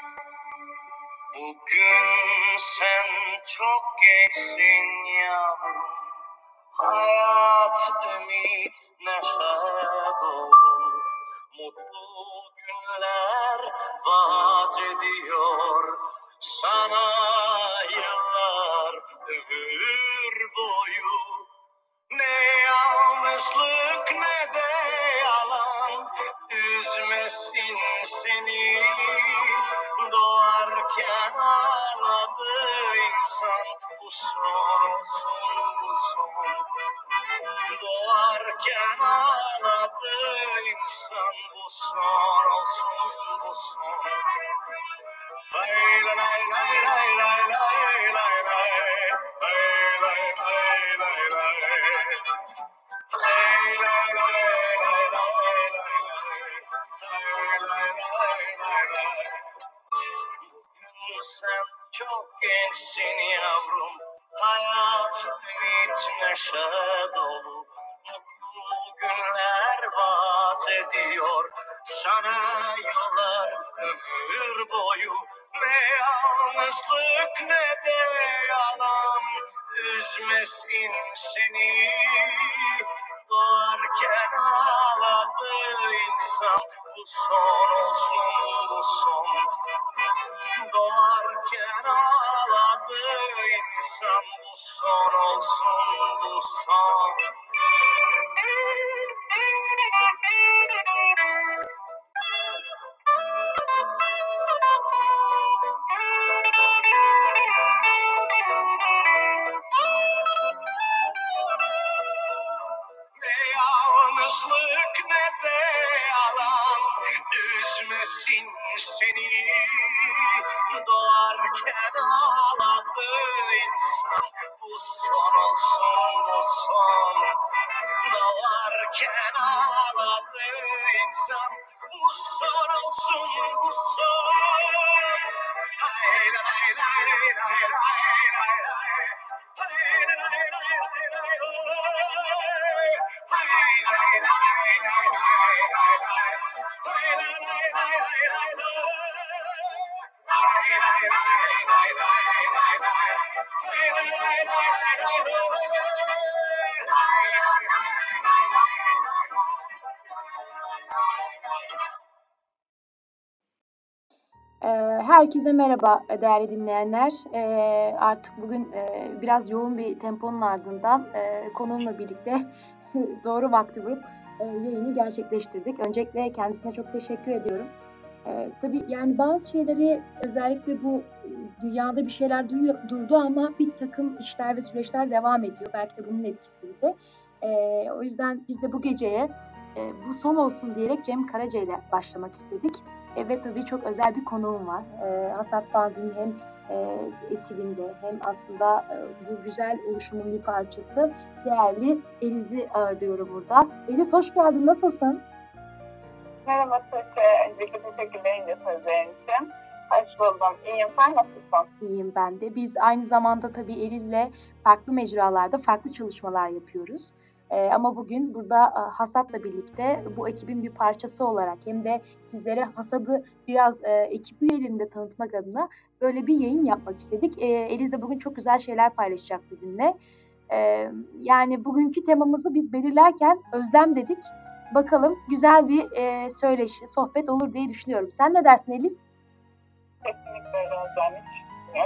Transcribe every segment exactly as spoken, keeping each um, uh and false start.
Bugün sen çok gençsin yavrum. Hayat, ümit, neşe dolu. Mutlu günler vaat ediyor sana yıllar ömür boyu. Ne yalnızlık ne de yalan üzmesin seni. Doğarken ağladı insan, bu son olsun bu son. Doğarken ağladı insan, bu son olsun bu son. Lay lay lay lay lay lay lay lay lay. Lay lay lay lay lay. Lay lay lay lay lay lay. Lay lay lay lay lay. Bugün sen çok gençsin yavrum. Hayat, ümit, neşe dolu. Mutlu günler vaat ediyor sana yıllar ömür boyu. Ne yalnızlık ne de yalan üzmesin seni. Doğarken ağladı insan, bu son olsun bu son. Doğarken ağladı insan, bu son olsun bu son. Ne yalnızlık ne de yalan üzmesin seni. Doğarken ağladı insan, bu son olsun bu son. Doğarken ağladı insan, bu son olsun bu son. Lay lay lay lay lay lay lay. Lay lay lay lay lay lay. Lay lay lay lay lay lay lay. Lay lay lay lay lay lay lay. Lay lay lay lay lay lay lay. Lay lay lay lay lay lay lay. Lay lay lay lay lay. Herkese merhaba değerli dinleyenler. Ee, artık bugün e, biraz yoğun bir temponun ardından e, konuğumla birlikte doğru vakti vurup e, yayını gerçekleştirdik. Öncelikle kendisine çok teşekkür ediyorum. E, tabii yani bazı şeyleri özellikle bu e, dünyada bir şeyler duyuyor, durdu ama bir takım işler ve süreçler devam ediyor. Belki de bunun etkisiydi. E, o yüzden biz de bu geceye e, bu son olsun diyerek Cem Karaca ile başlamak istedik. E, ve tabii çok özel bir konuğum var. E, Hasat Fanzi'nin hem e, ekibinde hem aslında e, bu güzel oluşumun bir parçası değerli Eliz'i ağırlıyorum burada. Eliz hoş geldin, nasılsın? Merhaba Tuğçe, öncelikle teşekkürler ince sözlerin için. Hoş buldum, iyiyim, sen nasılsın? İyiyim ben de. Biz aynı zamanda tabii Eliz'le farklı mecralarda farklı çalışmalar yapıyoruz. Ee, ama bugün burada e, Hasat'la birlikte bu ekibin bir parçası olarak hem de sizlere Hasat'ı biraz e, ekip üyelerinde tanıtmak adına böyle bir yayın yapmak istedik. E, Eliz de bugün çok güzel şeyler paylaşacak bizimle. E, yani bugünkü temamızı biz belirlerken özlem dedik. Bakalım güzel bir e, söyleşi, sohbet olur diye düşünüyorum. Sen ne dersin Eliz? Kesinlikle öyle özlem hiç yok.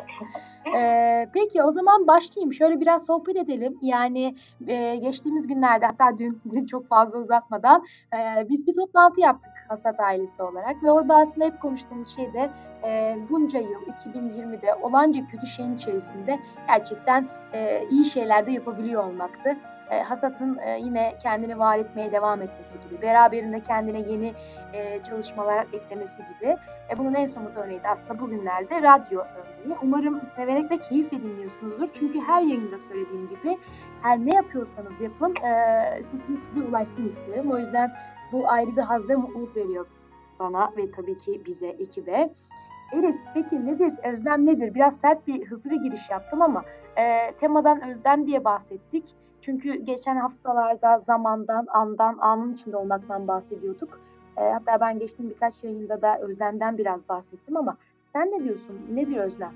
Ee, peki o zaman başlayayım. Şöyle biraz sohbet edelim. Yani e, geçtiğimiz günlerde hatta dün, dün çok fazla uzatmadan e, biz bir toplantı yaptık Hasat ailesi olarak ve orada aslında hep konuştuğumuz şey de e, bunca yıl iki bin yirmide olanca kötü şeyin içerisinde gerçekten e, iyi şeyler de yapabiliyor olmaktı. E, Hasat'ın e, yine kendini var etmeye devam etmesi gibi, beraberinde kendine yeni e, çalışmalar eklemesi gibi. E, bunun en somut örneği de aslında bugünlerde radyo örneği. Umarım severek ve keyifle dinliyorsunuzdur. Çünkü her yayında söylediğim gibi her ne yapıyorsanız yapın e, sesim size ulaşsın isterim. O yüzden bu ayrı bir haz ve mutluluk veriyor bana ve tabii ki bize, ekibe. Elis, peki nedir, özlem nedir? Biraz sert bir, hızlı bir giriş yaptım ama e, temadan özlem diye bahsettik. Çünkü geçen haftalarda zamandan, andan, anın içinde olmaktan bahsediyorduk. E, hatta ben geçtiğim birkaç yayında da özlemden biraz bahsettim ama Sen ne diyorsun? Nedir özlem?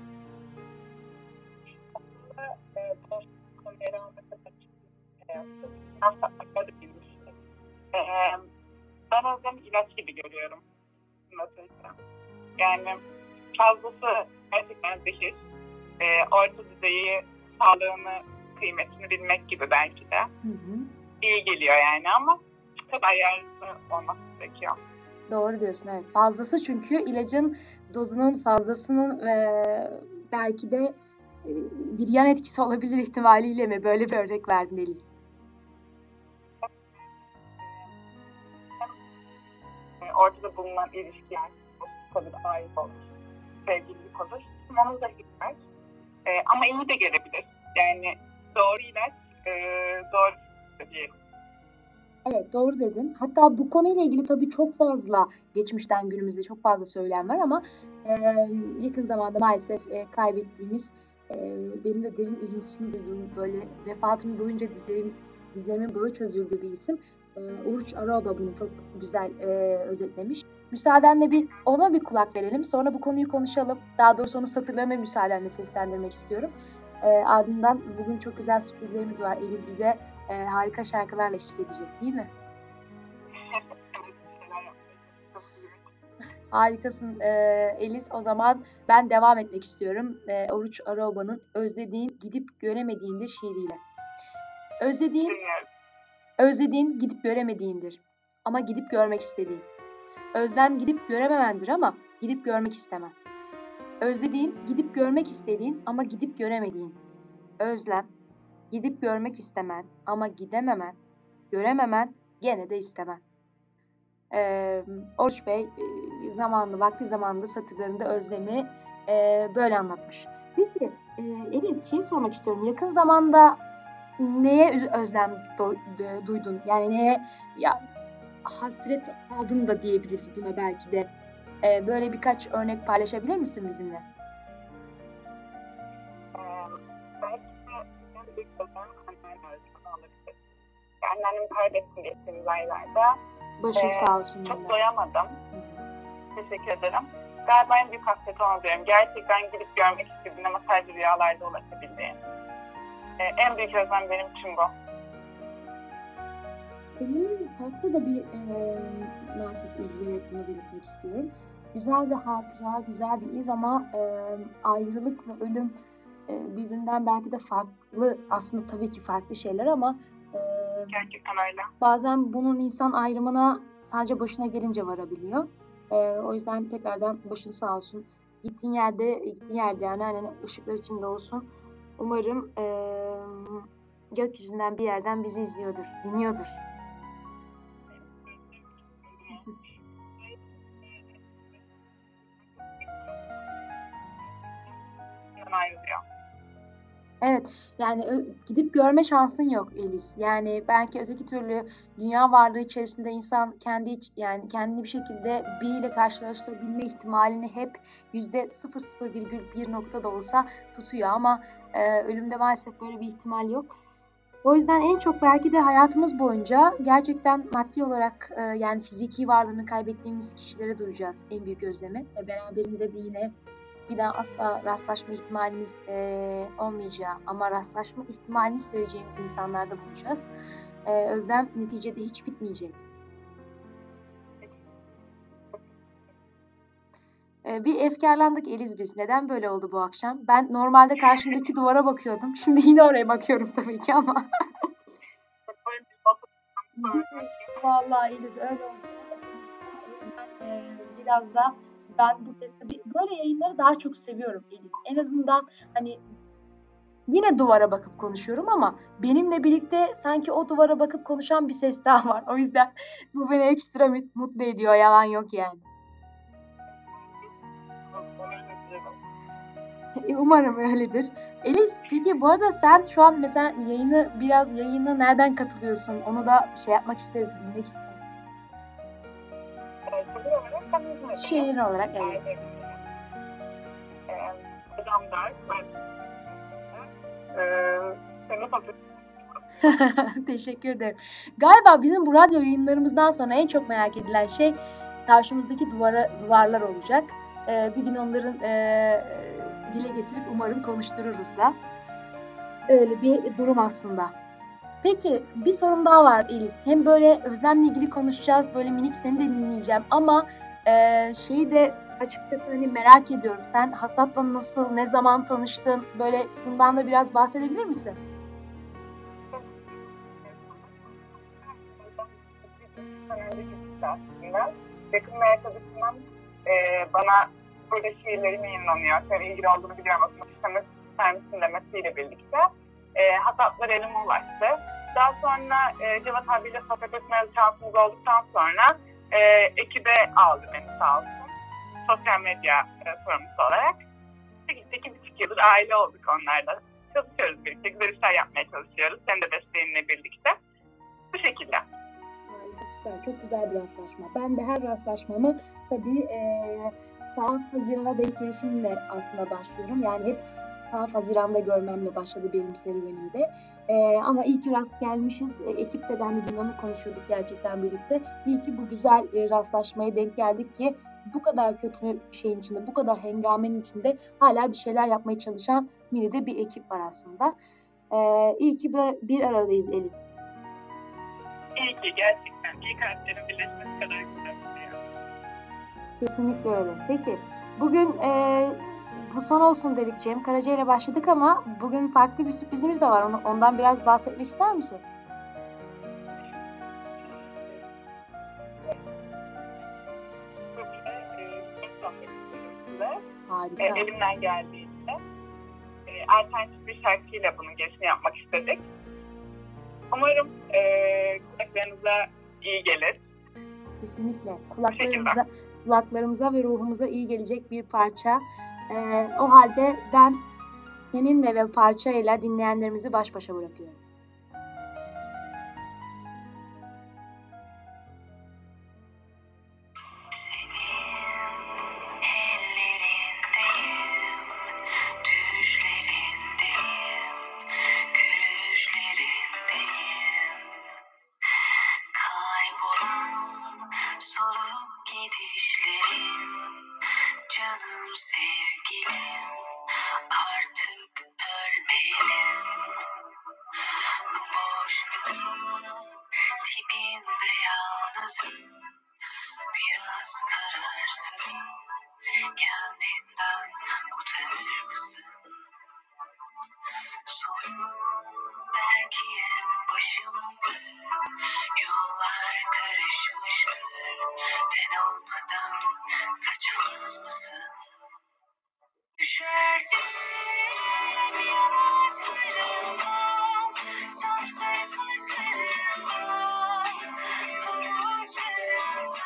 Aslında e, bu konuya almak için şey yaptım. Biraz da akla da girmiştim. E, ben özlemi ilaç gibi görüyorum. Nasıl? Yani fazlası gerçekten zehir. E, orta düzeyi sağlığını, kıymetini bilmek gibi belki de. Hı hı. İyi geliyor yani ama tabii ayarlı olması gerekiyor. Doğru diyorsun, evet. Fazlası çünkü ilacın dozunun fazlasının eee, belki de eee, bir yan etkisi olabilir ihtimaliyle mi? Böyle bir örnek verdin Eliz. E, ortada bulunan ilişkiler, olur, ait olur, sevgililik olur. Onu da gider. E, ama iyi de gelebilir. Yani doğru ilaç, e, doğru diyelim. Evet, doğru dedin. Hatta bu konuyla ilgili tabii çok fazla geçmişten günümüzde çok fazla söylem var ama eee, yakın zamanda maalesef eee, kaybettiğimiz eee, benim de derin üzüntüsünü duyduğum böyle vefatını duyunca dizlerim, dizlerimin bağı çözüldüğü bir isim. Eee Oruç Araba bunu çok güzel eee, özetlemiş. Müsaadenle bir ona bir kulak verelim. Sonra bu konuyu konuşalım. Daha doğrusu onun satırlarını müsaadenle seslendirmek istiyorum. Eee, ardından bugün çok güzel sürprizlerimiz var. Eliz bize e, harika şarkılarla eşlik edecek, değil mi? Harikasın e, Elis. O zaman ben devam etmek istiyorum. E, Oruç Aroba'nın Özlediğin Gidip Göremediğindir şiiriyle. Özlediğin, özlediğin gidip göremediğindir. Ama gidip görmek istediğin. Özlem gidip görememendir ama gidip görmek istemen. Özlediğin, gidip görmek istediğin ama gidip göremediğin. Özlem, gidip görmek istemen ama gidememen, görememen, gene de istemen. Ee, Oruç Bey e, zamanlı, vakti zamanında satırlarında özlemi e, böyle anlatmış. Peki e, Eliz şey sormak istiyorum. Yakın zamanda neye üz- özlem do- de- duydun? Yani neye ya hasret aldın da diyebiliriz buna belki de. E, böyle birkaç örnek paylaşabilir misin bizimle? Belki de en büyük olan anneannem olabilir. Anneannemi kaybettim geçtiğimiz aylarda. Başın Ee, sağ olsun. Çok Yolda. doyamadım. Teşekkür ederim. Galiba en büyük hasret onu diyorum. Gerçekten gidip görmek istediğin ama sadece rüyalarda ulaşabildiğin. Ee, en büyük özlem benim için bu. Ölümün farklı da bir e, maalesef üzülerek bunu belirtmek istiyorum. Güzel bir hatıra, güzel bir iz ama e, ayrılık ve ölüm e, birbirinden belki de farklı, aslında tabii ki farklı şeyler ama e, Gerçekten öyle. bazen bunun insan ayrımına sadece başına gelince varabiliyor. E, o yüzden tekrardan başın sağ olsun. Gittiğin yerde, gittiğin yerde yani hani ışıklar içinde olsun. Umarım e, gökyüzünden bir yerden bizi izliyordur, dinliyordur. Ayrılıyor. Evet, yani ö- gidip görme şansın yok Elis. Yani belki öteki türlü dünya varlığı içerisinde insan kendi iç, yani kendini bir şekilde biriyle karşılaştırabilme ihtimalini hep yüzde sıfır sıfır virgül bir nokta da olsa tutuyor ama e, ölümde maalesef böyle bir ihtimal yok. O yüzden en çok belki de hayatımız boyunca gerçekten maddi olarak e, yani fiziki varlığını kaybettiğimiz kişilere duyacağız en büyük özlemi. Ve beraberinde de yine bir daha asla rastlaşma ihtimalimiz e, olmayacağı ama rastlaşma ihtimalini seveceğimiz insanlarda bulacağız. E, özlem neticede hiç bitmeyecek. E, bir efkarlandık Eliz biz. Neden böyle oldu bu akşam? Ben normalde karşımdaki duvara bakıyordum. Şimdi yine oraya bakıyorum tabii ki ama. Vallahi Eliz öyle olsa, o yüzden e, biraz da ben bu böyle yayınları daha çok seviyorum Eliz. En azından hani yine duvara bakıp konuşuyorum ama benimle birlikte sanki o duvara bakıp konuşan bir ses daha var. O yüzden bu beni ekstra mutlu ediyor. Yalan yok yani. Umarım öyledir. Eliz, peki bu arada sen şu an mesela yayını biraz yayına nereden katılıyorsun? Onu da şey yapmak isteriz, bilmek isteriz. Şehir olarak evet. Hocam der, ben Teşekkür ederim. Galiba bizim bu radyo yayınlarımızdan sonra en çok merak edilen şey karşımızdaki duvara, duvarlar olacak. e, bir gün onların e, dile getirip umarım konuştururuz da. Öyle bir durum aslında. Peki bir sorum daha var Elis. Hem böyle Özlem'le ilgili konuşacağız, böyle minik seni de dinleyeceğim ama e, şeyi de açıkçası hani merak ediyorum. Sen Hasat'la nasıl, ne zaman tanıştın? Böyle bundan da biraz bahsedebilir misin? Aslında yakın bir arkadaşımın e, bana böyle şiirlerim yayınlanıyor. Senin ilgili olduğunu biliyorum. Okumak istemez, ister misin demesiyle birlikte e, Hasatlar elime ulaştı. Daha sonra e, Cevat abiyle sohbet etme şansımız olduktan sonra e, ekibe aldı beni sağ olsun. Sosyal medya e, sorumlusu olarak. İki, iki buçuk yıldır aile olduk onlarla. Çalışıyoruz birlikte, güzel işler yapmaya çalışıyoruz. Senin de desteğinle birlikte. Bu şekilde. Harika, süper. Çok güzel bir rastlaşma. Ben de her rastlaşmamı tabii e, Saf Haziran'a denk gelişimle aslında başlıyorum. Yani hep Saf Haziran'da görmemle başladı benim serüvenimde. E, ama iyi ki rast gelmişiz. E, ekipte de hani dün onu konuşuyorduk gerçekten birlikte. İyi ki bu güzel e, rastlaşmaya denk geldik ki bu kadar kötü şeyin içinde, bu kadar hengamenin içinde hala bir şeyler yapmaya çalışan Mini'de bir ekip var aslında. E, iyi ki bir, bir aradayız Elis. İyi ki gerçekten iyi kalplerin birleşmesi kadar güzel bir şey. Kesinlikle öyle. Peki bugün e, bu son olsun dedik, Cem Karaca ile başladık ama bugün farklı bir sürprizimiz de var. Onu, ondan biraz bahsetmek ister misin? Bugün e, size Harika. e, elimden geldiğince e, alternatif bir şarkıyla bunun girişini yapmak istedik. Umarım e, kulaklarınıza iyi gelir. Kesinlikle. Kulaklarımıza, kulaklarımıza ve ruhumuza iyi gelecek bir parça. E, o halde ben seninle ve parçayla dinleyenlerimizi baş başa bırakıyorum. Canım sevgilim, artık ölmeyelim. Bu boşluğun dibinde yalnızım, biraz kararsızım. Kendinden utanır mısın? Sorun belki en başımdır, yollar karışmıştır. Ben olmadan kaçamaz mısın? Düşerdim yamaçlarından, sapsarı saçlarından, pabuçlarından.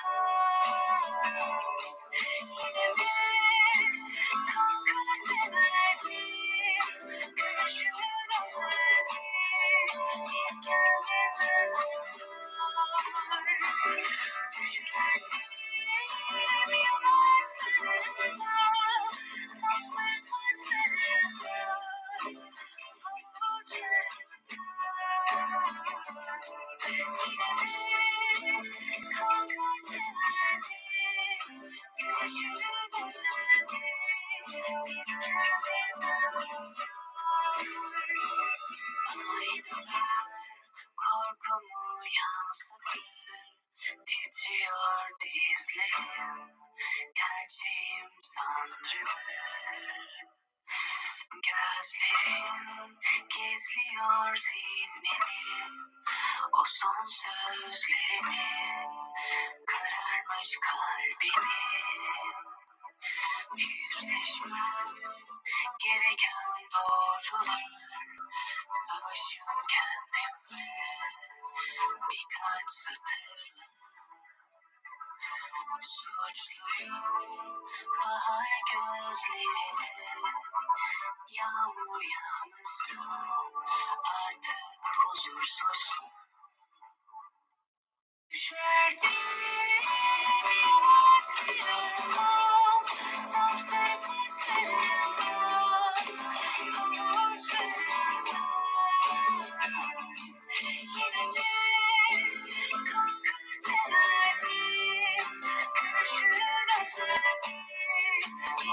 Yine de kalkar severdim, gülüşünün özeldi, ilk geldiğinden tutar. Düşerdim yamaçlarından, sapsarı saçlarından, pabuçlarından. Yine de kalkar severdim, gülüşünün özeldi, ilk geldiğinden tutar. Aynalar korkumu yansıtır, titriyor dizlerim, gerçeğim sanrıdır. Gözlerin gizliyor zihnini, o son sözlerini, kararmış kalbini. Yüzleşmem gereken doğrular, savaşım kendimle birkaç satırla. Suçluyum bahar gözlerine, yağmur yağmasın, artık huzursuzum. Düşerdim yamaçlarından,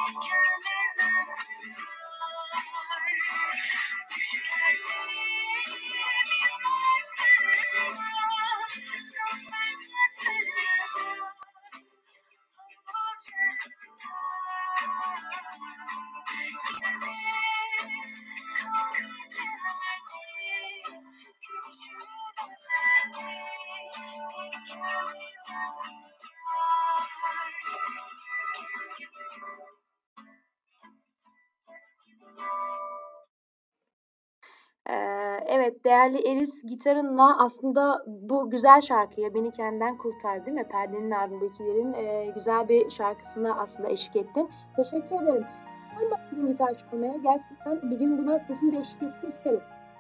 Ee, evet, değerli Elis, gitarınla aslında bu güzel şarkıya Beni Kendinden Kurtar, değil mi? Perdenin Ardındakilerin e, güzel bir şarkısına aslında eşlik ettin. Teşekkür ederim. Sen başladın gitar çalmaya. Gerçekten bir gün buna sesin de eşlik etsin isterim.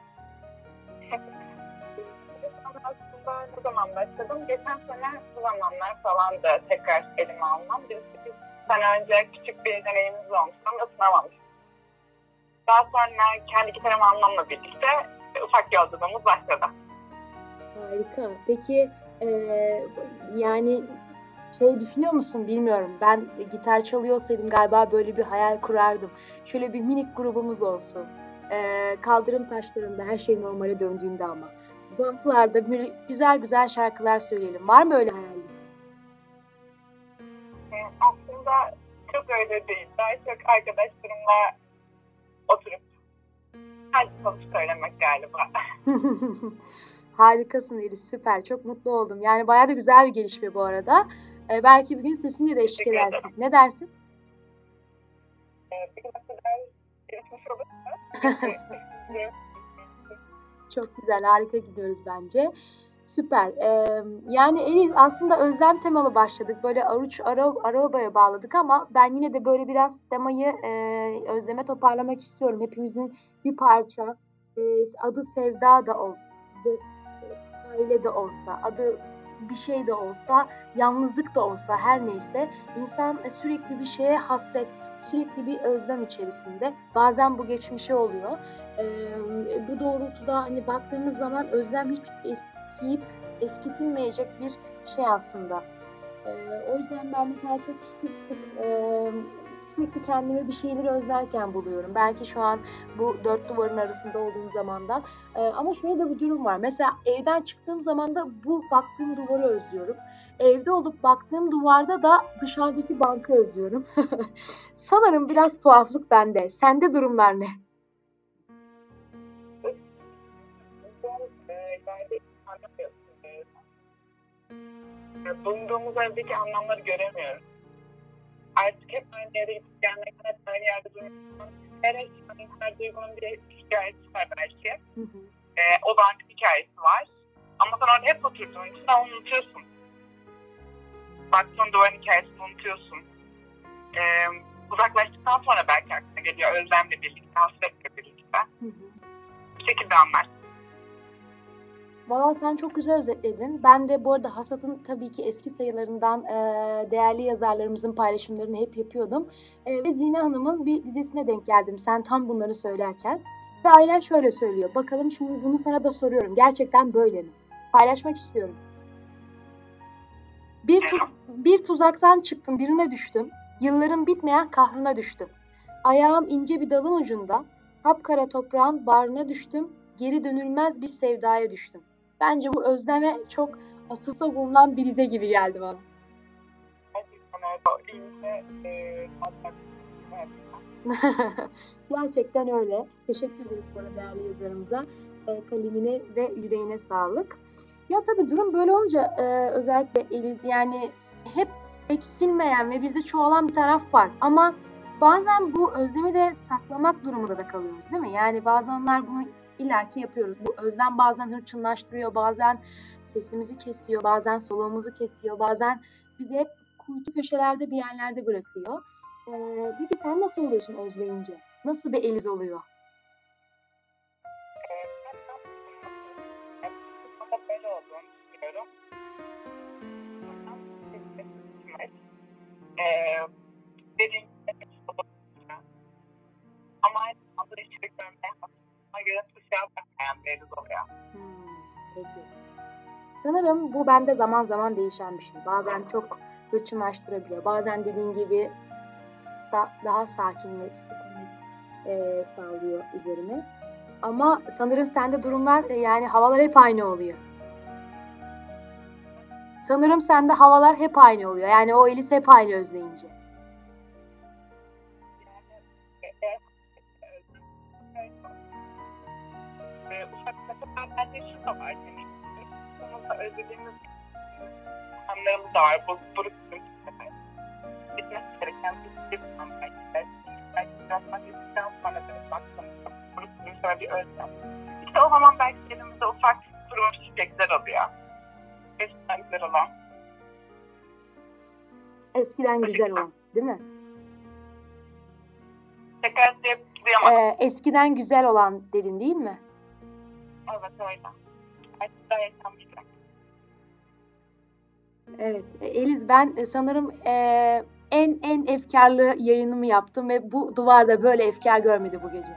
Aslında ne zaman başladım? Geçen sene bu zamanlar falan da tekrar elime almam. Bir sekiz sene önce küçük bir deneyimimiz olmuştu ama ısınamamıştım. Daha sonra kendi gitarımı almamla birlikte ufak yolculuğumuz başladı. Harika. Peki e, yani şey düşünüyor musun bilmiyorum. Ben gitar çalıyor olsaydım galiba böyle bir hayal kurardım. Şöyle bir minik grubumuz olsun. E, kaldırım taşlarında her şey normale döndüğünde ama. Banklarda böyle güzel güzel şarkılar söyleyelim. Var mı öyle hayalin? Ee, aslında çok öyle değil. Daha çok arkadaşlarımla oturup hadi sonuç söylemek galiba. Harikasın Elis, süper. Çok mutlu oldum. Yani bayağı da güzel bir gelişme bu arada. Ee, belki bir gün sesinle de eşlik Teşekkür edersin. ederim. Ne dersin? Ee, bir güne kadar gelişmiş olursa Çok güzel, harika gidiyoruz bence. Süper. Ee, yani Elis aslında özlem temalı başladık. Böyle Aruç Ara, Araba'ya bağladık ama ben yine de böyle biraz temayı e, özleme toparlamak istiyorum. Hepimizin bir parça e, adı Sevda da olsa, adı e, aile de olsa, adı bir şey de olsa, yalnızlık da olsa her neyse insan e, sürekli bir şeye hasret, sürekli bir özlem içerisinde. Bazen bu geçmişe oluyor. Ee, bu doğrultuda hani baktığımız zaman özlem hiç eskiyip eskitilmeyecek bir şey aslında. Ee, o yüzden ben mesela çok sık sık e, sürekli kendimi bir şeyleri özlerken buluyorum. Belki şu an bu dört duvarın arasında olduğum zamandan. Ee, ama şöyle de bir durum var. Mesela evden çıktığım zaman da bu baktığım duvarı özlüyorum. Evde olup baktığım duvarda da dışarıdaki bankı özlüyorum. Sanırım biraz tuhaflık bende. Sende durumlar ne? bulunduğumuz evdeki anlamları göremiyoruz. Artık hep aynı yere gidip gelmekten, hep aynı yerde durmaktan. Her eşyanın, her duygunun bir hikayesi var belki. Hı hı. Ee, o da artık hikayesi var. Ama sen orada hep oturduğun için onu unutuyorsun. Baktığın duvarın hikayesini unutuyorsun. Ee, uzaklaştıktan sonra belki aklına geliyor özlemle birlikte, hasretle birlikte. Hı hı. Bu şekilde anlarsın. Valla sen çok güzel özetledin. Ben de bu arada Hasat'ın tabii ki eski sayılarından e, değerli yazarlarımızın paylaşımlarını hep yapıyordum. E, ve Zine Hanım'ın bir dizisine denk geldim sen tam bunları söylerken. Ve Aylen şöyle söylüyor. Bakalım şimdi bunu sana da soruyorum. Gerçekten böyle mi? Paylaşmak istiyorum. Bir, tu- bir tuzaktan çıktım, birine düştüm. Yılların bitmeyen kahrına düştüm. Ayağım ince bir dalın ucunda, kapkara toprağın bağrına düştüm. Geri dönülmez bir sevdaya düştüm. Bence bu özleme çok atıfta bulunan bir dize gibi geldi bana. Gerçekten öyle. O ince, e, tatlı. Evet. Gerçekten öyle. Teşekkür ederiz bu arada değerli yazarımıza. E, kalemine ve yüreğine sağlık. Ya tabii durum böyle olunca e, özellikle Eliz yani hep eksilmeyen ve bizde çoğalan bir taraf var. Ama bazen bu özlemi de saklamak durumunda da kalıyoruz değil mi? Yani bazenler bunu illaki yapıyoruz. Bu özlem bazen hırçınlaştırıyor, bazen sesimizi kesiyor, bazen soluğumuzu kesiyor, bazen bizi hep kuytu köşelerde bir yerlerde bırakıyor. Ee, peki sen nasıl oluyorsun özleyince? Nasıl bir Eliz oluyor? Ama böyle olduğunu düşünüyorum. Ee, dediğim gibi ama aynı zamanda içerik vermeye hakkına göre dışarı bakmayan bir Eliz oluyor. Hmm, peki. Sanırım bu bende zaman zaman değişen bir şey. Bazen çok hırçınlaştırabiliyor. Bazen dediğin gibi hatta daha sakin ve sükunet e, sağlıyor üzerime. Ama sanırım sende durumlar e, yani havalar hep aynı oluyor. Sanırım sende havalar hep aynı oluyor. Yani o Elis hep aynı özleyince. Ee, ufak mesela bence şu da var. Yani, sonunda özlediğimiz anlarımız da var. Bu buruk bitmesi gereken bir an belki de. Belki biraz mahvettikten sonra böyle baktığımızda buruk bir bir özlem. İşte o zaman belki elimizde ufak kurumuş çiçekler oluyor. Eskiden güzel olan. Eskiden güzel olan, değil mi? Tekrar duyamadım. Ee, eskiden güzel olan dedin değil mi? Evet öyle. Artık daha yaşanmıştım. Evet. E, Eliz ben e, sanırım e, en en efkarlı yayınımı yaptım ve bu duvarda böyle efkar görmedi bu gece.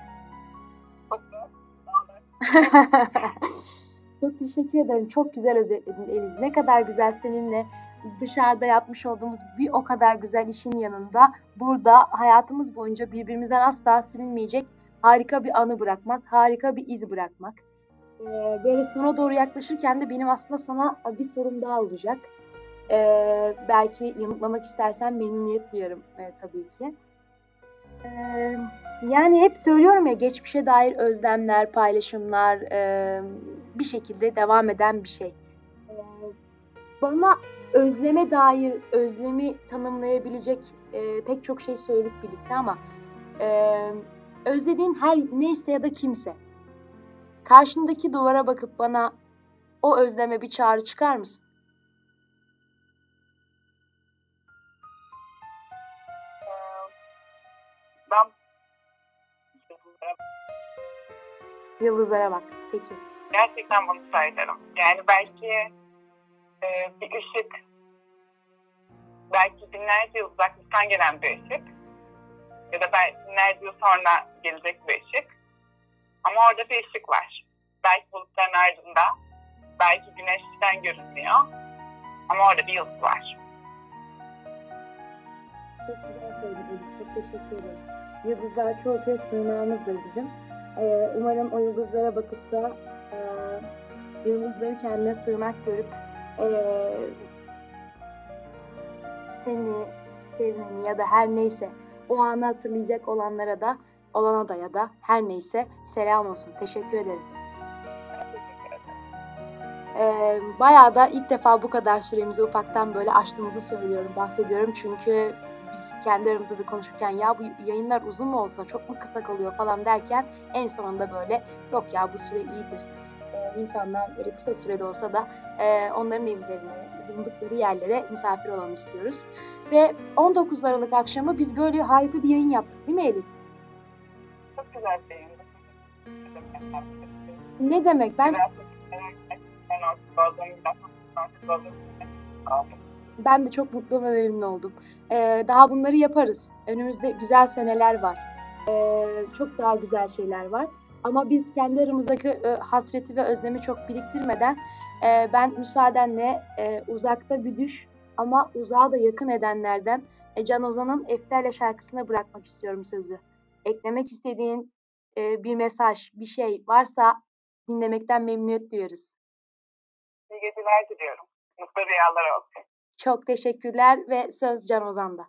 Çok teşekkür ederim. Çok güzel özetledin Eliz. Ne kadar güzel seninle dışarıda yapmış olduğumuz bir o kadar güzel işin yanında burada hayatımız boyunca birbirimizden asla silinmeyecek harika bir anı bırakmak, harika bir iz bırakmak. Ee, böyle sona doğru yaklaşırken de benim aslında sana bir sorum daha olacak. Ee, belki yanıtlamak istersen memnuniyet duyarım e, tabii ki. Ee, yani hep söylüyorum ya geçmişe dair özlemler, paylaşımlar e, bir şekilde devam eden bir şey. Ee, bana özleme dair özlemi tanımlayabilecek e, pek çok şey söyledik birlikte ama e, özlediğin her neyse ya da kimse karşındaki duvara bakıp bana o özleme bir çağrı çıkar mısın? Ben Yıldızlara bak. Peki. gerçekten bunu söylerim. Yani belki e, bir ışık, belki binlerce yıl uzaklıktan gelen bir ışık ya da belki binlerce yıl sonra gelecek bir ışık. Ama orada bir ışık var. Belki bulutların ardında, belki güneşten görünmüyor ama orada bir yıldız var. Çok güzel söyledin Elis. Çok teşekkür ederim. Yıldızlar çoğu kez sığınağımızdır bizim. Ee, umarım o yıldızlara bakıp da e, yıldızları kendine sığınak görüp e, seni, sevmeni ya da her neyse o anı hatırlayacak olanlara da olana da ya da her neyse selam olsun. Teşekkür ederim. Ee, bayağı da ilk defa bu kadar süremizi ufaktan böyle açtığımızı söylüyorum, bahsediyorum. Çünkü biz kendi aramızda da konuşurken ya bu yayınlar uzun mu olsa çok mu kısa kalıyor falan derken en sonunda böyle yok ya bu süre iyidir. Ee, insanlar böyle kısa sürede olsa da e, onların evlerine, bulundukları yerlere misafir olalım istiyoruz. Ve on dokuz Aralık akşamı biz böyle harika bir yayın yaptık değil mi Elis? Çok güzel bir yayın. Ne demek? Ben Ben de çok mutlu ve memnun oldum. Ee, daha bunları yaparız. Önümüzde güzel seneler var. Ee, çok daha güzel şeyler var. Ama biz kendi aramızdaki e, hasreti ve özlemi çok biriktirmeden e, ben müsaadenle e, uzakta bir düş ama uzağa da yakın edenlerden e, Can Ozan'ın Efterle şarkısına bırakmak istiyorum sözü. Eklemek istediğin e, bir mesaj, bir şey varsa dinlemekten memnuniyet duyarız. İyi geceler diliyorum. Mutlu rüyalar olsun. Çok teşekkürler ve söz Can Ozan'da.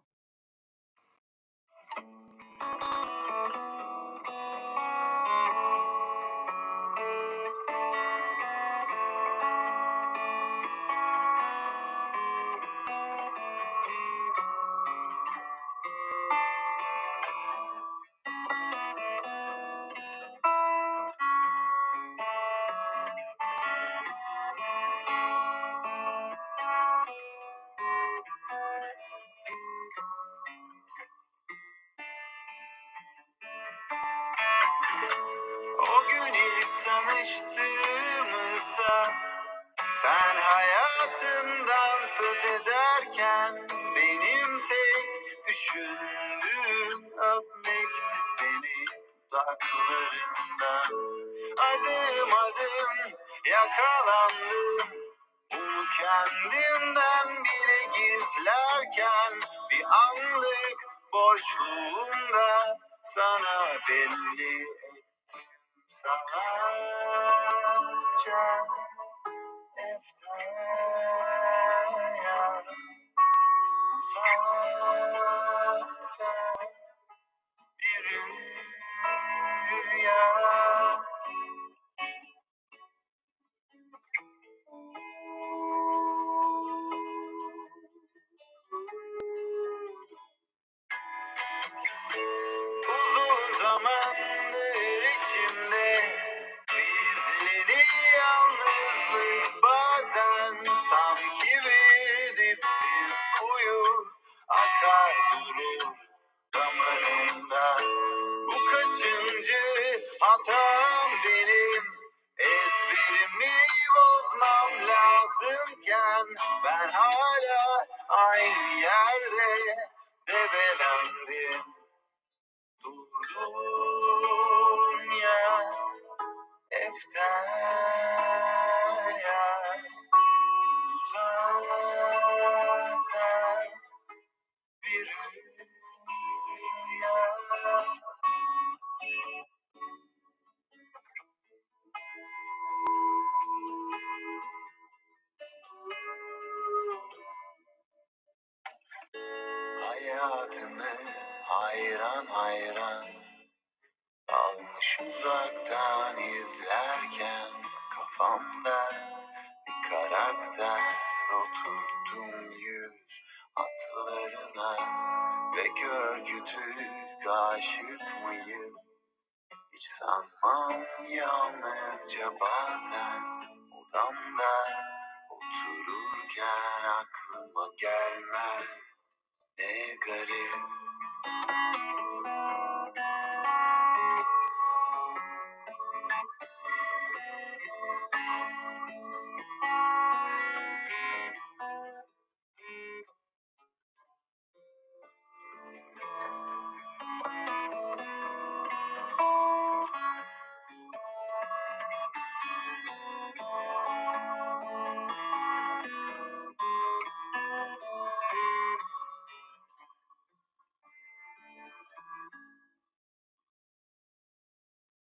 O gün ilk tanıştığımızda sen hayatından söz ederken benim tek düşündüğüm öpmekti seni dudaklarından. Adım adım yakalandım, bunu kendimden bile gizlerken bir anlık boşluğunda sana belli ettim sadece eftalya uzakta bir rüya. Uzun zamandır içimde gizlenir yalnızlık, bazen sanki bir dipsiz kuyu akar durur damarımda. Bu kaçıncı hatam benim, ezberimi bozmam lazımken ben hala aynı yerde debelendim. Durdum ya eftalya uzakta bir rüya. Hayatını hayran hayran almış uzaktan izlerken kafamda bir karakter oturttum yüz hatlarına. Ve kör kütük aşık mıyım hiç sanmam, yalnızca bazen odamda otururken aklıma gelmez. Ne garip